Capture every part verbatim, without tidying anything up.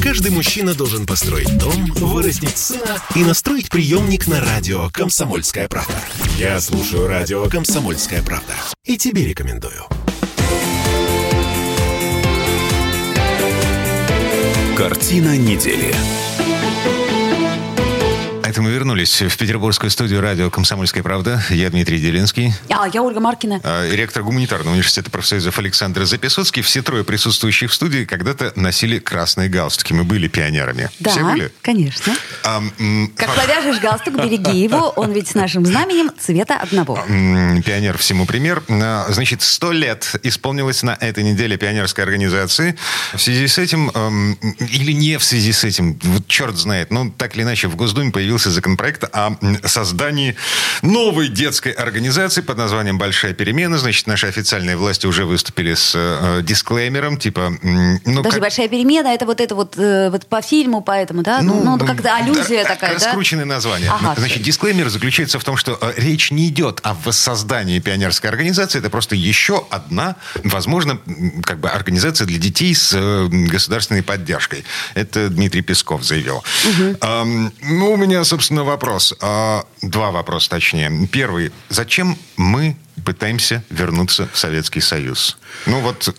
Каждый мужчина должен построить дом, вырастить сына и настроить приемник на радио «Комсомольская правда». Я слушаю радио «Комсомольская правда» и тебе рекомендую. Картина недели. Это мы вернулись в петербургскую студию радио «Комсомольская правда». Я Дмитрий Делинский. А, я Ольга Маркина. Ректор гуманитарного университета профсоюзов Александр Записоцкий. Все трое присутствующих в студии когда-то носили красные галстуки. Мы были пионерами. Да, все были? Конечно. А, м- как повяжешь галстук, береги его. Он ведь с нашим знаменем цвета одного. М- пионер всему пример. Значит, сто лет исполнилось на этой неделе пионерской организации. В связи с этим, эм, или не в связи с этим, вот черт знает, но так или иначе в Госдуме появился законопроект о создании новой детской организации под названием «Большая перемена». Значит, наши официальные власти уже выступили с э, дисклеймером, типа... Ну, Подожди, как... «Большая перемена» — это вот это вот, э, вот по фильму, поэтому, да? Ну, ну как-то аллюзия да, такая, да? Раскрученное название. Ага, Значит, дисклеймер заключается в том, что э, речь не идет о воссоздании пионерской организации. Это просто еще одна, возможно, как бы организация для детей с э, государственной поддержкой. Это Дмитрий Песков заявил. Угу. Эм, ну, у меня, собственно, вопрос. А, два вопроса, точнее. Первый. Зачем мы пытаемся вернуться в Советский Союз? Ну вот...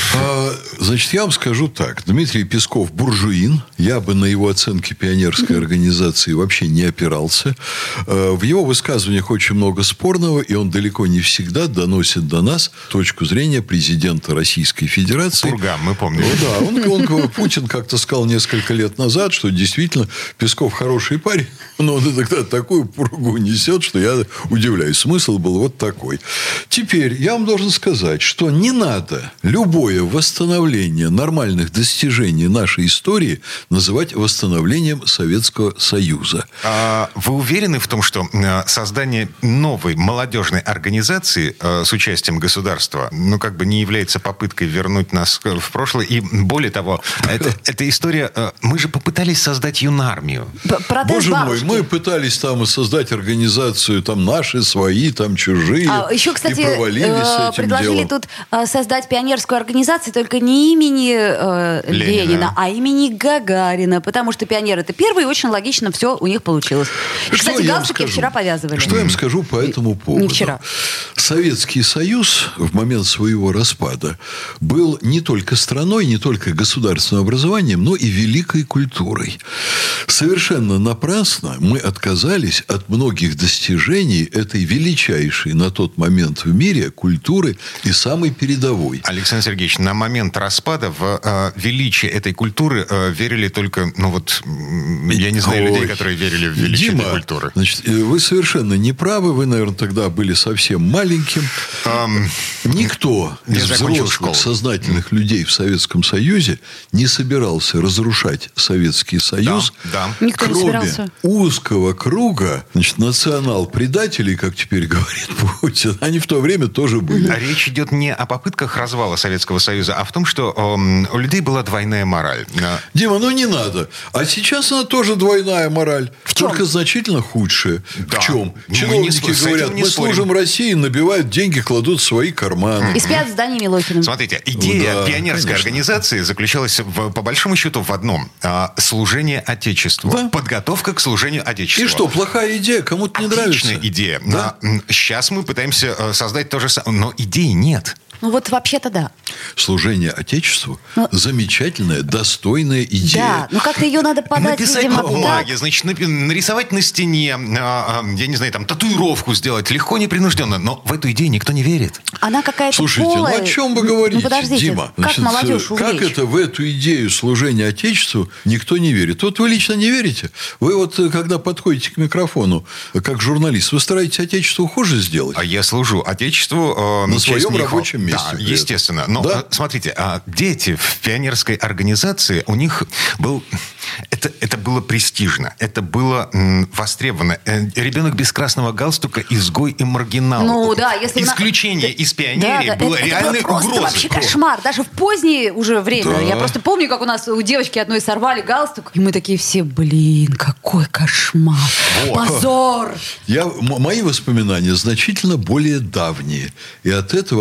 А, значит, я вам скажу так. Дмитрий Песков буржуин. Я бы на его оценке пионерской организации вообще не опирался. А, в его высказываниях очень много спорного, и он далеко не всегда доносит до нас точку зрения президента Российской Федерации. Пурга, мы помним. Ну, да, он, он, Путин как-то сказал несколько лет назад, что действительно Песков хороший парень, но он иногда такую пургу несет, что я удивляюсь. Смысл был вот такой. Теперь я вам должен сказать, что не надо любое восстановление нормальных достижений нашей истории называть восстановлением Советского Союза. А вы уверены в том, что создание новой молодежной организации с участием государства, ну, как бы не является попыткой вернуть нас в прошлое? И более того, это, эта история... Мы же попытались создать юнармию. Боже мой, мы пытались там создать организацию, там наши, свои, там чужие. А еще, кстати, и провалились с этим предложили делом. тут создать пионерскую организацию только не имени э, Ленина. Ленина, а имени Гагарина. Потому что пионеры — это первые, и очень логично все у них получилось. И, что кстати, галстуки вчера повязывали. Что я вам скажу по этому поводу? Не вчера. Советский Союз в момент своего распада был не только страной, не только государственным образованием, но и великой культурой. Совершенно напрасно мы отказались от многих достижений этой величайшей на тот момент в мире культуры и самой передовой. Александр Сергеевич, на момент распада в э, величие этой культуры э, верили только, ну вот, я не знаю Ой. людей, которые верили в величие Дима, этой культуры. Значит, вы совершенно не правы. Вы, наверное, тогда были совсем маленьким. Um, Никто из взрослых, сознательных людей в Советском Союзе не собирался разрушать Советский Союз, да, да. Никто кроме не собирался. узкого круга, значит, национал-предателей, как теперь говорит Путин. Они в то время тоже были. А речь идет не о попытках развала Советского Союза, а в том, что э, у людей была двойная мораль. Дима, ну не надо. А сейчас она тоже двойная мораль. В чем? Только значительно худшая. Да. В чем? Мы Чиновники не, говорят, мы спорим. служим России, набивают деньги, кладут в свои карманы. И спят в здании Милохина. Смотрите, идея да, пионерской конечно. организации заключалась, в, по большому счету, в одном. А, служение Отечеству. Да. Подготовка к служению Отечеству. И что, плохая идея? Кому-то не Отличная нравится? идея. Да. А, сейчас мы пытаемся создать то же самое. Но идеи нет. Ну вот вообще-то да. Служение Отечеству Но... замечательная, достойная идея. Да, ну как-то ее надо подать, Написать видимо, на бумаге, так. значит, нарисовать на стене, а, а, я не знаю, там, татуировку сделать. Легко, непринужденно. Но в эту идею никто не верит. Она какая-то Слушайте, полая. ну о чем вы говорите, ну, подождите, Дима? Как молодежь увлечь? Как это в эту идею служения Отечеству никто не верит? Вот вы лично не верите? Вы вот, когда подходите к микрофону, как журналист, вы стараетесь Отечеству хуже сделать? А я служу Отечеству. Э, На своем честнее, рабочем месте. Да, естественно. Но да? смотрите, дети в пионерской организации, у них был... Это, это было престижно, это было м, востребовано. Ребенок без красного галстука — изгой и маргинал. Ну, да, если Исключение на... из пионерии да, да, было это, реальной это было просто угрозой. вообще кошмар. Даже в позднее уже время. Да. Я просто помню, как у нас у девочки одной сорвали галстук, и мы такие все, блин, какой кошмар. Вот. Позор. Я, м- мои воспоминания значительно более давние. И от этого они не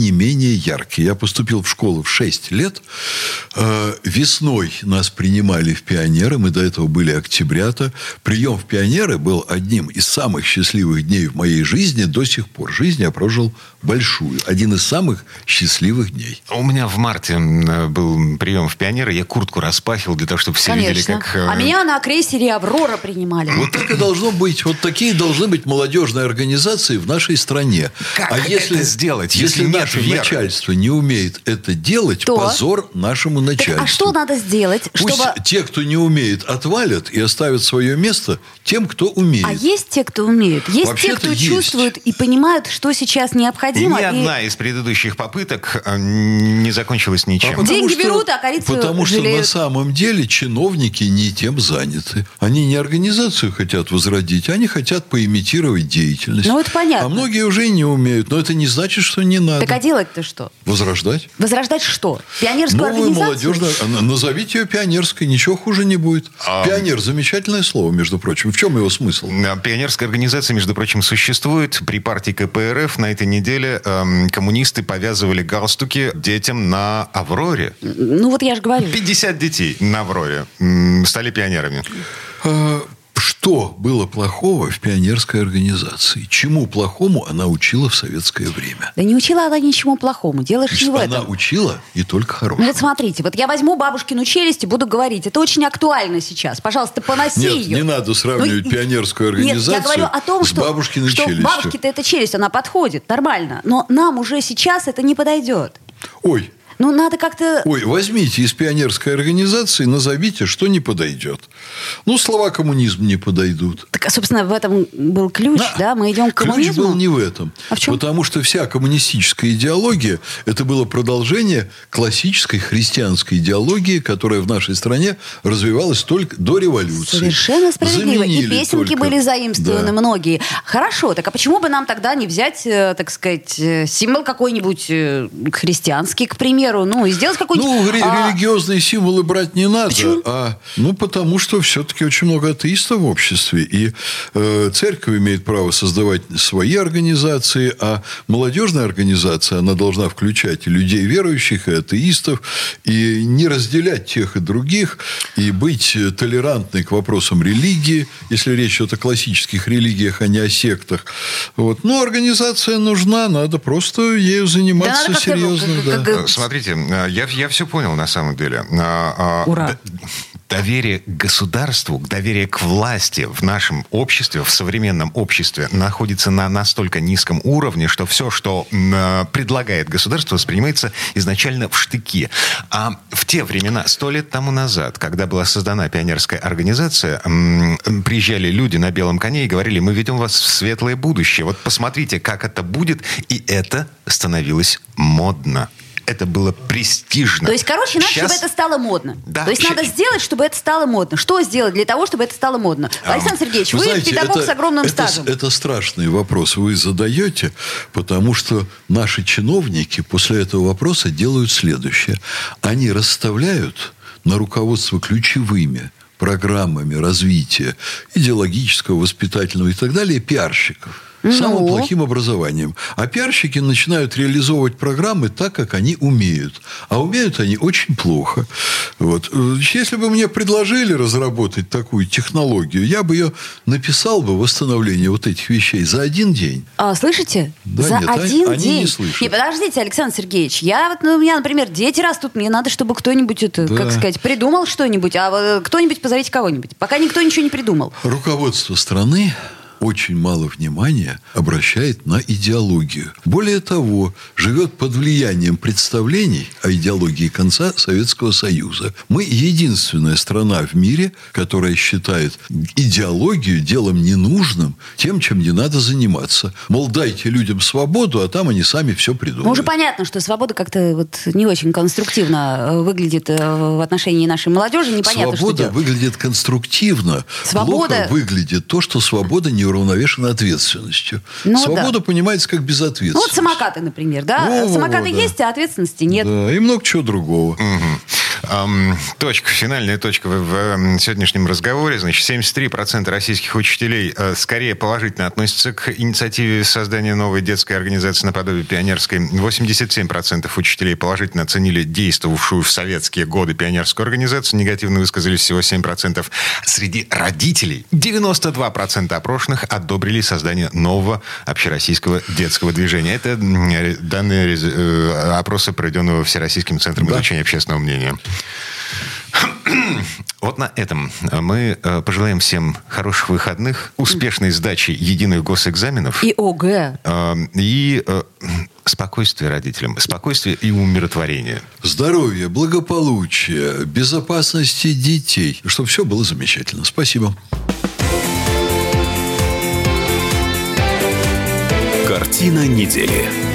не менее яркие. Я поступил в школу в шесть лет. Весной нас принимали в пионеры. Мы до этого были октябрята. Прием в пионеры был одним из самых счастливых дней в моей жизни до сих пор. Жизнь я прожил большую. Один из самых счастливых дней. У меня в марте был прием в пионеры. Я куртку распахивал для того, чтобы все Конечно. видели, как... А меня на крейсере «Аврора» принимали. Вот так и должно быть. Вот такие должны быть молодежные организации в нашей стране. Как а если, это сделать, если, если нет наше веры? начальство не умеет это делать, То? позор нашему начальству. Так, а что надо сделать, Пусть чтобы... те, кто не умеет, отвалят и оставят свое место тем, кто умеет. А есть те, кто умеет? Есть Вообще-то те, кто есть. чувствует и понимают, что сейчас И необходимо. ни и- одна из предыдущих попыток э, не закончилась ничем. А потому Деньги что- берут, а корицу Потому что жалеют. на самом деле чиновники не тем заняты. Они не организацию хотят возродить, они хотят поимитировать деятельность. Ну, это понятно. А многие уже и не умеют. Но это не значит, что не надо. Так а делать-то что? Возрождать. Возрождать что? Пионерскую Новую организацию? молодежную... а, Назовите ее пионерской, ничего хуже не будет. А- Пионер – замечательное слово, между прочим. В чем его смысл? Пионерская организация, между прочим, существует. При партии ка пэ эр эф на этой неделе эм, коммунисты повязывали галстуки детям на «Авроре». Ну, вот я же говорю. пятьдесят детей на «Авроре» м, стали пионерами. А, Что было плохого в пионерской организации? Чему плохому она учила в советское время? Да не учила она ничему плохому. Дело же не в Она этом. учила и только Ну хорошему. вот смотрите, вот я возьму бабушкину челюсть и буду говорить. Это очень актуально сейчас. Пожалуйста, поноси Нет, ее. не надо сравнивать Ну, пионерскую Нет, организацию я говорю о том, с что, бабушкиной что челюстью. бабушке-то эта челюсть, она подходит, нормально. Но нам уже сейчас это не подойдет. Ой, Ну, надо как-то... ой, возьмите из пионерской организации, назовите, что не подойдет. Ну, слова коммунизм не подойдут. Так, а, собственно, в этом был ключ, Да. да? Мы идем к Ключ коммунизму. был не в этом. А в чем? Потому что вся коммунистическая идеология – это было продолжение классической христианской идеологии, которая в нашей стране развивалась только до революции. Совершенно справедливо. И Заменили песенки только. были заимствованы Да. многие. Хорошо, так а почему бы нам тогда не взять, э, так сказать, э, символ какой-нибудь э, христианский, к примеру, ну, и сделать какой-нибудь... Ну, ре- а, религиозные символы брать не надо. Почему? А, ну, потому что все-таки очень много атеистов в обществе. И э, церковь имеет право создавать свои организации, а молодежная организация, она должна включать и людей верующих, и атеистов, и не разделять тех и других, и быть толерантной к вопросам религии, если речь идет о классических религиях, а не о сектах. Вот. Но организация нужна, надо просто ею заниматься Да надо как-то, серьезно. как- да. как- Э, Смотрите, э, я, я все понял на самом деле. А, а, Ура. д- Доверие к государству, доверие к власти в нашем обществе, в современном обществе находится на настолько низком уровне, что все, что м, э, предлагает государство, воспринимается изначально в штыки. А в те времена, сто лет тому назад, когда была создана пионерская организация, м, приезжали люди на белом коне и говорили: мы ведем вас в светлое будущее. Вот посмотрите, как это будет. И это становилось модно. Это было престижно. То есть, короче, надо, Сейчас- чтобы это стало модно. Да, То есть, ща- надо сделать, чтобы это стало модно. Что сделать для того, чтобы это стало модно? Александр Сергеевич, вы, знаете, педагог это- с огромным это, стажем. Это страшный вопрос вы задаете, потому что наши чиновники после этого вопроса делают следующее. Они расставляют на руководство ключевыми программами развития идеологического, воспитательного и так далее пиарщиков. Ну. Самым плохим образованием. А пиарщики начинают реализовывать программы так, как они умеют. А умеют они очень плохо. Вот. Если бы мне предложили разработать такую технологию, я бы ее написал бы, восстановление вот этих вещей, за один день. А, слышите? Да За нет, они- один они день. не слышат. Не, подождите, Александр Сергеевич. Я вот, ну, у меня, например, дети растут, мне надо, чтобы кто-нибудь, это, Да. как сказать, придумал что-нибудь, а вот кто-нибудь позовите кого-нибудь. Пока никто ничего не придумал. Руководство страны очень мало внимания обращает на идеологию. Более того, живет под влиянием представлений о идеологии конца Советского Союза. Мы единственная страна в мире, которая считает идеологию делом ненужным, тем, чем не надо заниматься. Мол, дайте людям свободу, а там они сами все придумают. Ну, уже понятно, что свобода как-то вот не очень конструктивно выглядит в отношении нашей молодежи. Непонятно, что Свобода делать. выглядит конструктивно. Свобода- Плохо выглядит то, что свобода не уравновешена ответственностью. Ну, Свобода да. понимается как Ну, безответственность. вот самокаты, например, да? Во-во-во, Самокаты да. есть, а ответственности нет. Да, и много чего другого. Мгм. Эм, точка, финальная точка в, в сегодняшнем разговоре. Значит, семьдесят три процента российских учителей э, скорее положительно относятся к инициативе создания новой детской организации наподобие пионерской. восемьдесят семь процентов учителей положительно оценили действовавшую в советские годы пионерскую организацию. Негативно высказались всего семь процентов. Среди родителей девяносто два процента опрошенных одобрили создание нового общероссийского детского движения. Это данные э, опроса, проведенного Всероссийским центром да. изучения общественного мнения. Вот на этом мы пожелаем всем хороших выходных, успешной сдачи единых госэкзаменов. И ОГЭ. И спокойствия родителям. Спокойствия и умиротворения. Здоровья, благополучия, безопасности детей. Чтобы все было замечательно. Спасибо. Картина недели.